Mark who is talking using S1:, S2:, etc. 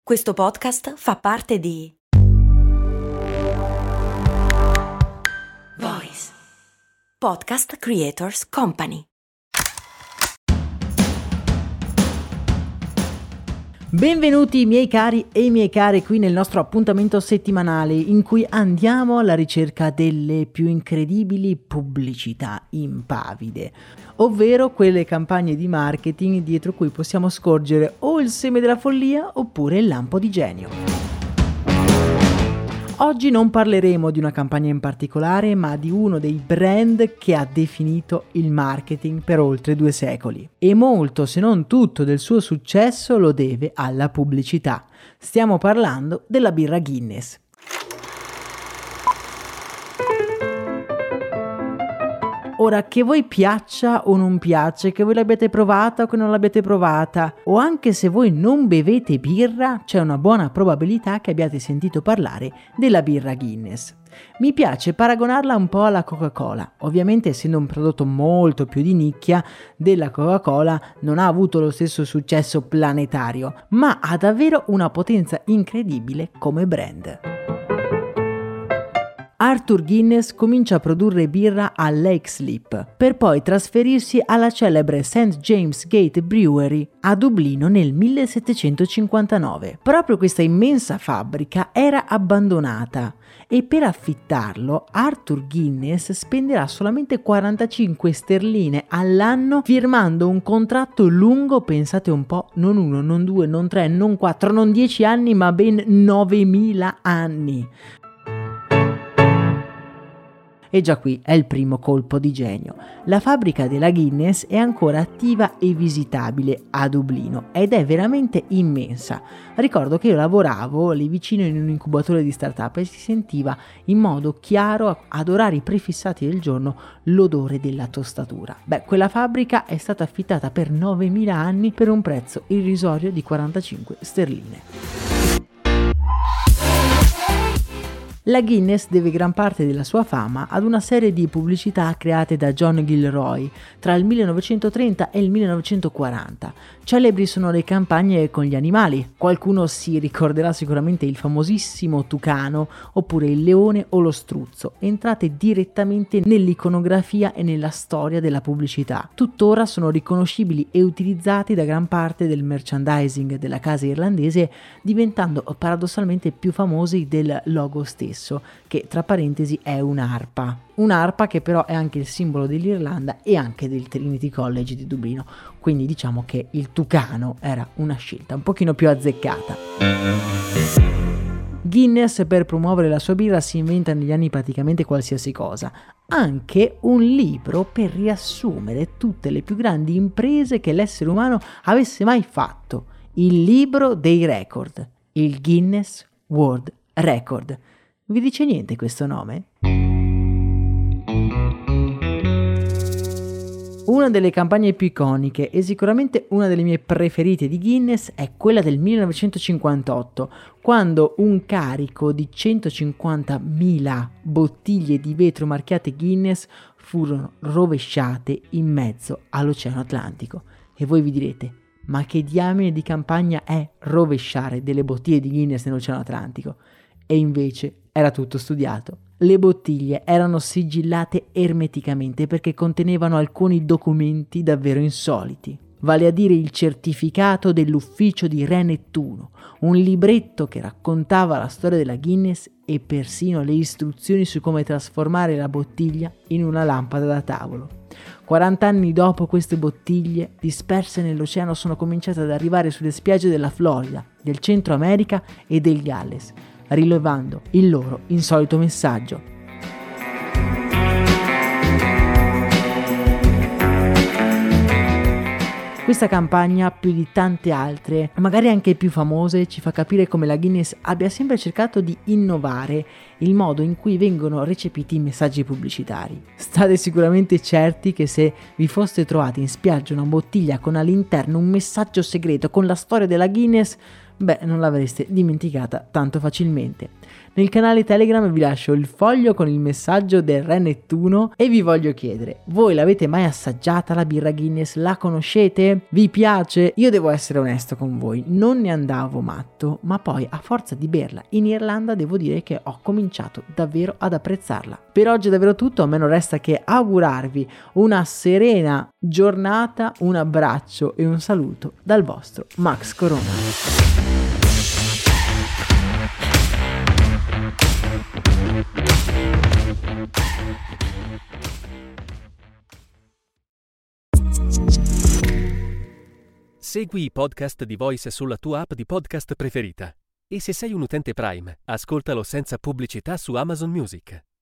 S1: Questo podcast fa parte di Voice Podcast Creators Company.
S2: Benvenuti miei cari e miei care qui nel nostro appuntamento settimanale in cui andiamo alla ricerca delle più incredibili pubblicità impavide, ovvero quelle campagne di marketing dietro cui possiamo scorgere o il seme della follia oppure il lampo di genio. Oggi non parleremo di una campagna in particolare, ma di uno dei brand che ha definito il marketing per oltre 2 secoli. E molto, se non tutto, del suo successo lo deve alla pubblicità. Stiamo parlando della birra Guinness. Ora, che voi piaccia o non piaccia, che voi l'abbiate provata o che non l'abbiate provata, o anche se voi non bevete birra, c'è una buona probabilità che abbiate sentito parlare della birra Guinness. Mi piace paragonarla un po' alla Coca-Cola. Ovviamente, essendo un prodotto molto più di nicchia della Coca-Cola, non ha avuto lo stesso successo planetario, ma ha davvero una potenza incredibile come brand. Arthur Guinness comincia a produrre birra a Lake Sleep, per poi trasferirsi alla celebre St. James Gate Brewery a Dublino nel 1759. Proprio questa immensa fabbrica era abbandonata e per affittarlo Arthur Guinness spenderà solamente 45 sterline all'anno, firmando un contratto lungo, pensate un po', non 1, non 2, non 3, non 4, non 10 anni, ma ben 9000 anni. E già qui è il primo colpo di genio. La fabbrica della Guinness è ancora attiva e visitabile a Dublino ed è veramente immensa. Ricordo che io lavoravo lì vicino in un incubatore di startup e si sentiva in modo chiaro ad orari prefissati del giorno l'odore della tostatura. Quella fabbrica è stata affittata per 9000 anni per un prezzo irrisorio di 45 sterline. La Guinness deve gran parte della sua fama ad una serie di pubblicità create da John Gilroy tra il 1930 e il 1940. Celebri sono le campagne con gli animali. Qualcuno si ricorderà sicuramente il famosissimo tucano oppure il leone o lo struzzo, entrate direttamente nell'iconografia e nella storia della pubblicità. Tuttora sono riconoscibili e utilizzati da gran parte del merchandising della casa irlandese, diventando paradossalmente più famosi del logo stesso, che tra parentesi è un'arpa che però è anche il simbolo dell'Irlanda e anche del Trinity College di Dublino, quindi diciamo che il tucano era una scelta un pochino più azzeccata. Guinness, per promuovere la sua birra, si inventa negli anni praticamente qualsiasi cosa, anche un libro per riassumere tutte le più grandi imprese che l'essere umano avesse mai fatto, il libro dei record, il Guinness World Record. Vi dice niente questo nome? Una delle campagne più iconiche e sicuramente una delle mie preferite di Guinness è quella del 1958, quando un carico di 150.000 bottiglie di vetro marchiate Guinness furono rovesciate in mezzo all'Oceano Atlantico. E voi vi direte, ma che diamine di campagna è rovesciare delle bottiglie di Guinness nell'Oceano Atlantico? E invece era tutto studiato. Le bottiglie erano sigillate ermeticamente perché contenevano alcuni documenti davvero insoliti, vale a dire il certificato dell'ufficio di Re Nettuno, un libretto che raccontava la storia della Guinness e persino le istruzioni su come trasformare la bottiglia in una lampada da tavolo. 40 anni dopo, queste bottiglie disperse nell'oceano sono cominciate ad arrivare sulle spiagge della Florida, del Centro America e del Galles, rilevando il loro insolito messaggio. Questa campagna, più di tante altre, magari anche più famose, ci fa capire come la Guinness abbia sempre cercato di innovare il modo in cui vengono recepiti i messaggi pubblicitari. State sicuramente certi che se vi foste trovati in spiaggia una bottiglia con all'interno un messaggio segreto con la storia della Guinness, non l'avreste dimenticata tanto facilmente. Nel canale Telegram vi lascio il foglio con il messaggio del Re Nettuno e vi voglio chiedere: voi l'avete mai assaggiata la birra Guinness? La conoscete? Vi piace? Io devo essere onesto con voi, non ne andavo matto, ma poi a forza di berla in Irlanda devo dire che ho cominciato davvero ad apprezzarla. Per oggi è davvero tutto, a me non resta che augurarvi una serena giornata, un abbraccio e un saluto dal vostro Max Corona.
S3: Segui i podcast di Voice sulla tua app di podcast preferita. E se sei un utente Prime, ascoltalo senza pubblicità su Amazon Music.